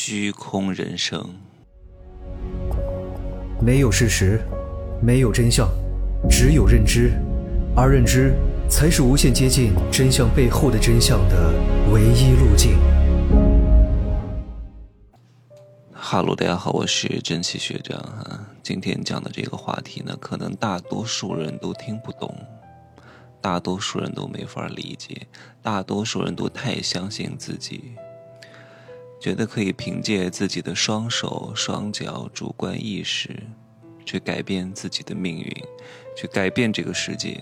虚空人生。 没有事实，没有真相，只有认知，而认知才是无限接近真相背后的真相的唯一路径。 哈喽，大家好，我是真奇学长今天讲的这个话题呢，可能大多数人都听不懂，大多数人都没法理解，大多数人都太相信自己，觉得可以凭借自己的双手双脚主观意识去改变自己的命运，去改变这个世界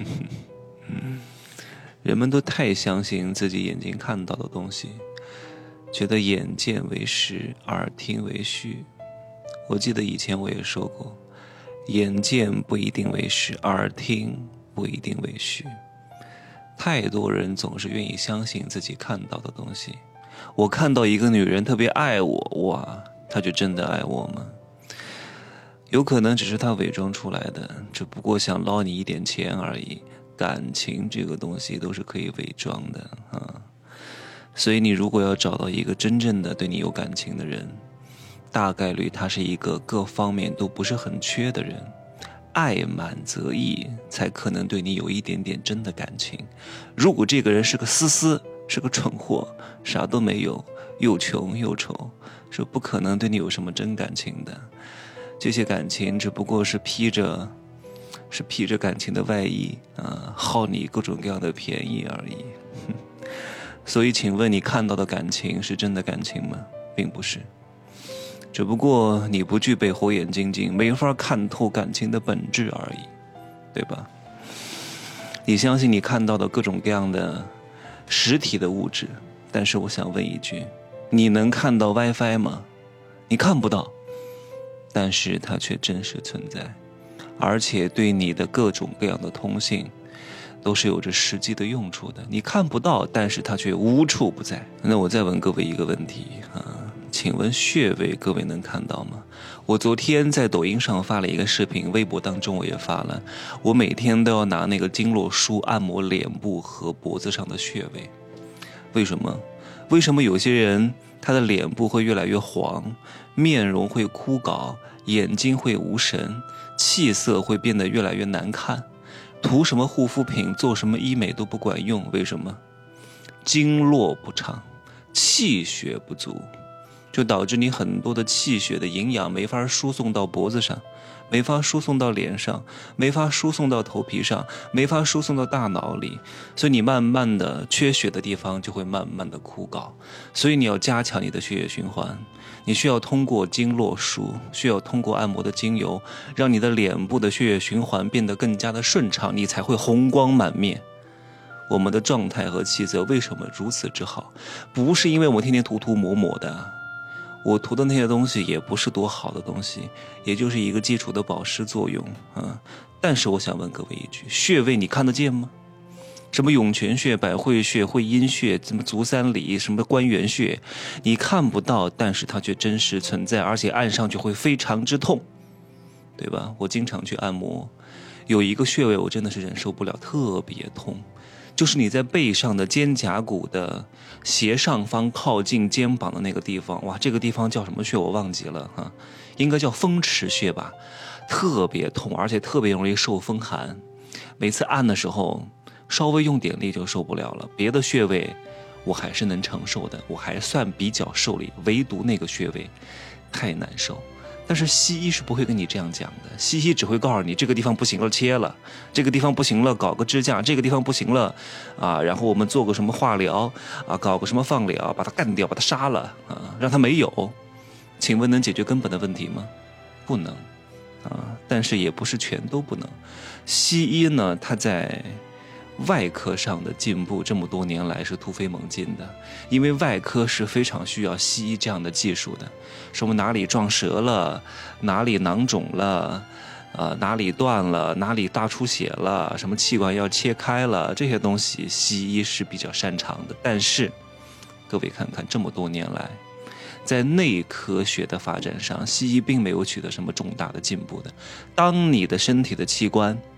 人们都太相信自己眼睛看到的东西，觉得眼见为实，耳听为虚。我记得以前我也说过，眼见不一定为实，耳听不一定为虚。太多人总是愿意相信自己看到的东西。我看到一个女人特别爱我，哇，她就真的爱我吗？有可能只是她伪装出来的，只不过想捞你一点钱而已。感情这个东西都是可以伪装的所以你如果要找到一个真正的对你有感情的人，大概率他是一个各方面都不是很缺的人，爱满则溢，才可能对你有一点点真的感情。如果这个人是个丝丝，是个蠢货，啥都没有，又穷又丑，是不可能对你有什么真感情的。这些感情只不过是披着感情的外衣耗你各种各样的便宜而已所以请问你看到的感情是真的感情吗？并不是，只不过你不具备火眼金睛，没法看透感情的本质而已，对吧？你相信你看到的各种各样的实体的物质，但是我想问一句，你能看到 WiFi 吗？你看不到，但是它却真实存在，而且对你的各种各样的通信都是有着实际的用处的。你看不到，但是它却无处不在。那我再问各位一个问题请问穴位各位能看到吗？我昨天在抖音上发了一个视频，微博当中我也发了，我每天都要拿那个经络梳按摩脸部和脖子上的穴位。为什么？为什么有些人他的脸部会越来越黄，面容会枯槁，眼睛会无神，气色会变得越来越难看，涂什么护肤品做什么医美都不管用？为什么？经络不畅，气血不足，就导致你很多的气血的营养没法输送到脖子上，没法输送到脸上，没法输送到头皮上，没法输送到大脑里，所以你慢慢的缺血的地方就会慢慢的枯槁。所以你要加强你的血液循环，你需要通过经络梳，需要通过按摩的精油，让你的脸部的血液循环变得更加的顺畅，你才会红光满面。我们的状态和气色为什么如此之好？不是因为我天天涂涂抹抹的，我涂的那些东西也不是多好的东西，也就是一个基础的保湿作用但是我想问各位一句，穴位你看得见吗？什么涌泉穴、百会穴、会阴穴，什么足三里，什么关元穴，你看不到，但是它却真实存在，而且按上去会非常之痛，对吧？我经常去按摩，有一个穴位我真的是忍受不了，特别痛，就是你在背上的肩胛骨的斜上方靠近肩膀的那个地方，哇，这个地方叫什么穴我忘记了应该叫风池穴吧，特别痛，而且特别容易受风寒，每次按的时候稍微用点力就受不了了，别的穴位我还是能承受的，我还算比较受力，唯独那个穴位太难受。但是西医是不会跟你这样讲的，西医只会告诉你这个地方不行了切了，这个地方不行了搞个支架，这个地方不行了然后我们做个什么化疗搞个什么放疗，把它干掉，把它杀了让它没有。请问能解决根本的问题吗？不能但是也不是全都不能。西医呢，它在外科上的进步这么多年来是突飞猛进的，因为外科是非常需要西医这样的技术的，什么哪里撞折了，哪里囊肿了哪里断了，哪里大出血了，什么气管要切开了，这些东西西医是比较擅长的。但是各位看看这么多年来，在内科学的发展上，西医并没有取得什么重大的进步的。当你的身体的器官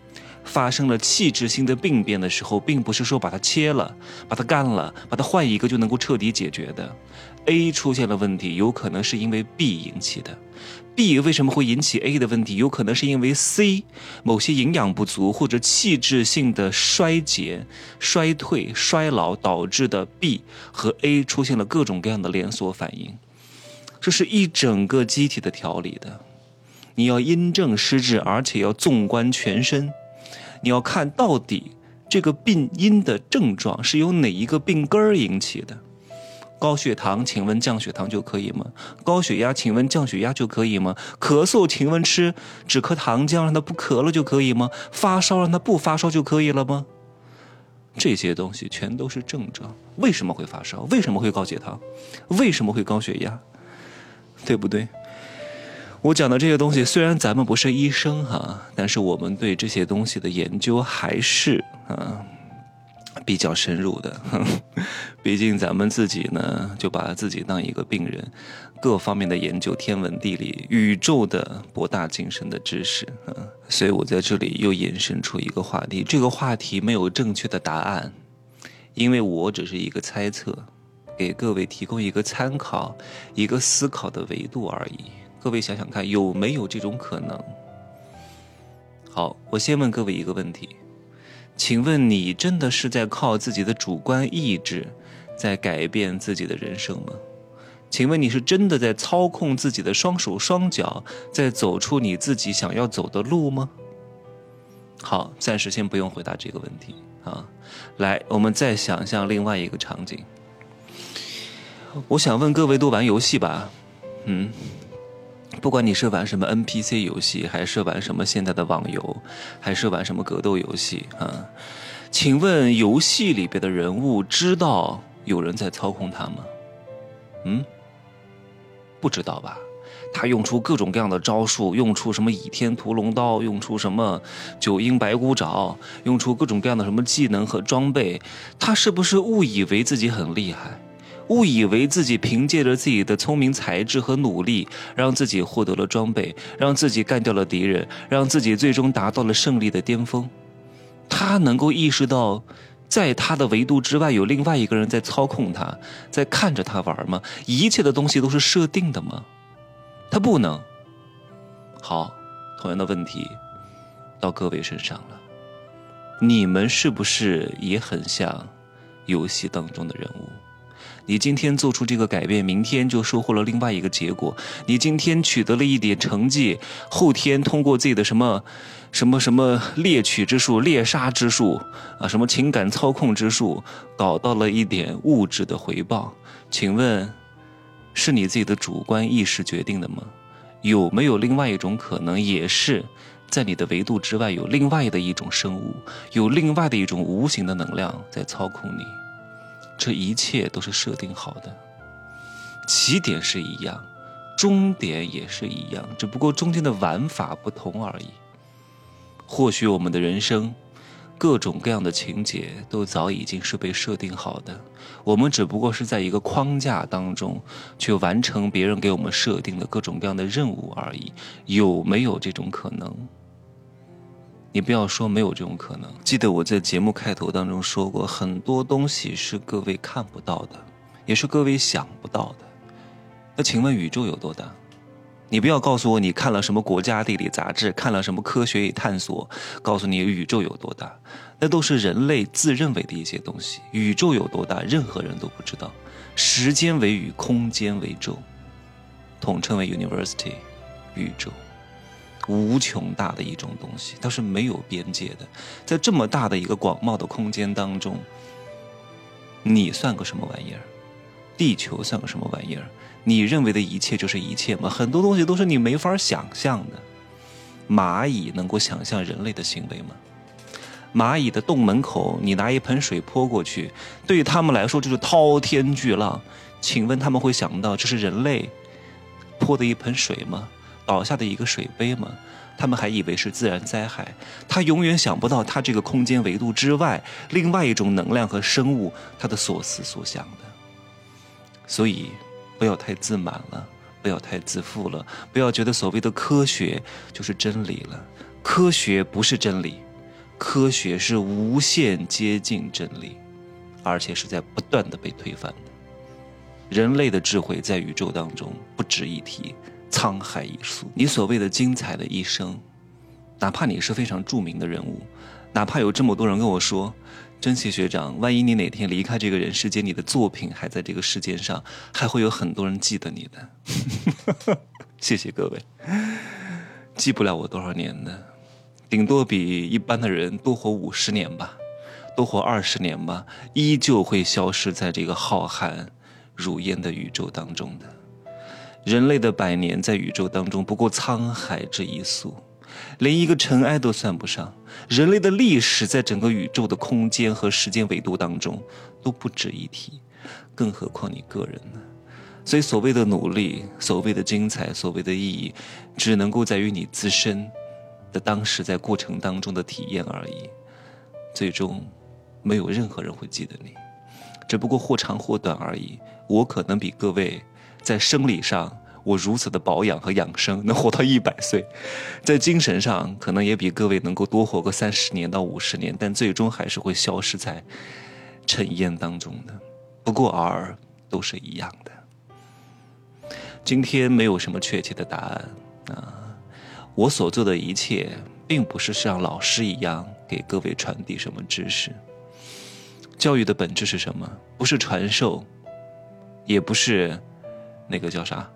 发生了器质性的病变的时候，并不是说把它切了，把它干了，把它换一个就能够彻底解决的。A 出现了问题，有可能是因为 B 引起的。B 为什么会引起 A 的问题？有可能是因为 C 某些营养不足或者器质性的衰竭、衰退、衰老导致的 B 和 A 出现了各种各样的连锁反应。这是一整个机体的调理的，你要因症施治，而且要纵观全身，你要看到底这个病因的症状是由哪一个病根引起的。高血糖，请问降血糖就可以吗？高血压，请问降血压就可以吗？咳嗽，请问吃止咳糖浆让它不咳了就可以吗？发烧让它不发烧就可以了吗？这些东西全都是症状。为什么会发烧？为什么会高血糖？为什么会高血压？对不对？我讲的这些东西，虽然咱们不是医生但是我们对这些东西的研究还是比较深入的。毕竟咱们自己呢，就把自己当一个病人，各方面的研究，天文地理、宇宙的博大精深的知识所以我在这里又引申出一个话题，这个话题没有正确的答案，因为我只是一个猜测，给各位提供一个参考，一个思考的维度而已。各位想想看，有没有这种可能？好，我先问各位一个问题，请问你真的是在靠自己的主观意志在改变自己的人生吗？请问你是真的在操控自己的双手双脚，在走出你自己想要走的路吗？好，暂时先不用回答这个问题来，我们再想象另外一个场景。我想问各位都玩游戏吧？不管你是玩什么 NPC 游戏，还是玩什么现代的网游，还是玩什么格斗游戏请问游戏里边的人物知道有人在操控他吗？不知道吧？他用出各种各样的招数，用出什么倚天屠龙刀，用出什么九阴白骨爪，用出各种各样的什么技能和装备，他是不是误以为自己很厉害？误以为自己凭借着自己的聪明才智和努力，让自己获得了装备，让自己干掉了敌人，让自己最终达到了胜利的巅峰。他能够意识到在他的维度之外有另外一个人在操控他，在看着他玩吗？一切的东西都是设定的吗？他不能。好，同样的问题到各位身上了，你们是不是也很像游戏当中的人物？你今天做出这个改变，明天就收获了另外一个结果。你今天取得了一点成绩，后天通过自己的什么猎取之术、猎杀之术什么情感操控之术，搞到了一点物质的回报。请问是你自己的主观意识决定的吗？有没有另外一种可能，也是在你的维度之外有另外的一种生物，有另外的一种无形的能量在操控你？这一切都是设定好的，起点是一样，终点也是一样，只不过中间的玩法不同而已。或许我们的人生各种各样的情节都早已经是被设定好的，我们只不过是在一个框架当中去完成别人给我们设定的各种各样的任务而已。有没有这种可能？你不要说没有这种可能。记得我在节目开头当中说过，很多东西是各位看不到的，也是各位想不到的。那请问宇宙有多大？你不要告诉我你看了什么国家地理杂志，看了什么科学与探索，告诉你宇宙有多大，那都是人类自认为的一些东西。宇宙有多大，任何人都不知道。时间为宇，空间为宙，统称为 University， 宇宙。无穷大的一种东西，它是没有边界的。在这么大的一个广袤的空间当中，你算个什么玩意儿？地球算个什么玩意儿？你认为的一切就是一切吗？很多东西都是你没法想象的。蚂蚁能够想象人类的行为吗？蚂蚁的洞门口，你拿一盆水泼过去，对于他们来说就是滔天巨浪。请问他们会想到这是人类泼的一盆水吗？倒下的一个水杯吗？他们还以为是自然灾害。他永远想不到他这个空间维度之外另外一种能量和生物，他的所思所想的。所以不要太自满了，不要太自负了，不要觉得所谓的科学就是真理了。科学不是真理， 科学是无限接近真理，而且是在不断的被推翻的。人类的智慧在宇宙当中不值一提，沧海一粟。你所谓的精彩的一生，哪怕你是非常著名的人物，哪怕有这么多人跟我说，珍惜学长，万一你哪天离开这个人世间，你的作品还在这个世界上，还会有很多人记得你的。谢谢各位，记不了我多少年的，顶多比一般的人多活50年吧，多活20年吧，依旧会消失在这个浩瀚如烟的宇宙当中的。人类的100年在宇宙当中不过沧海这一粟，连一个尘埃都算不上。人类的历史在整个宇宙的空间和时间维度当中都不值一提，更何况你个人呢？所以所谓的努力，所谓的精彩，所谓的意义，只能够在于你自身的当时在过程当中的体验而已，最终没有任何人会记得你，只不过或长或短而已。我可能比各位在生理上我如此的保养和养生能活到100岁，在精神上可能也比各位能够多活个30年到50年，但最终还是会消失在尘烟当中的，不过偶尔都是一样的。今天没有什么确切的答案我所做的一切并不是像老师一样给各位传递什么知识。教育的本质是什么？不是传授，也不是那个叫啥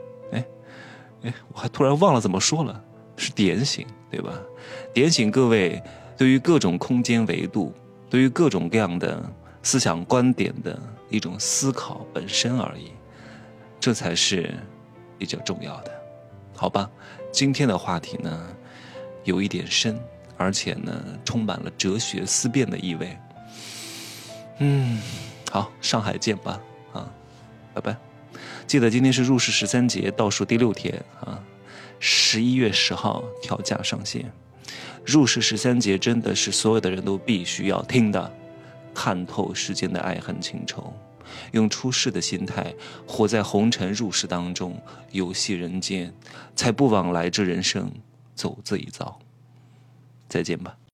我还突然忘了怎么说了，是点醒，对吧？点醒各位对于各种空间维度，对于各种各样的思想观点的一种思考本身而已，这才是比较重要的，好吧？今天的话题呢有一点深，而且呢充满了哲学思辨的意味。好，上海见吧拜拜。记得今天是入世13节倒数第6天11月10号调价上线。入世13节真的是所有的人都必须要听的，看透世间的爱恨情仇，用出世的心态活在红尘入世当中，游戏人间，才不枉来这人生走这一遭。再见吧。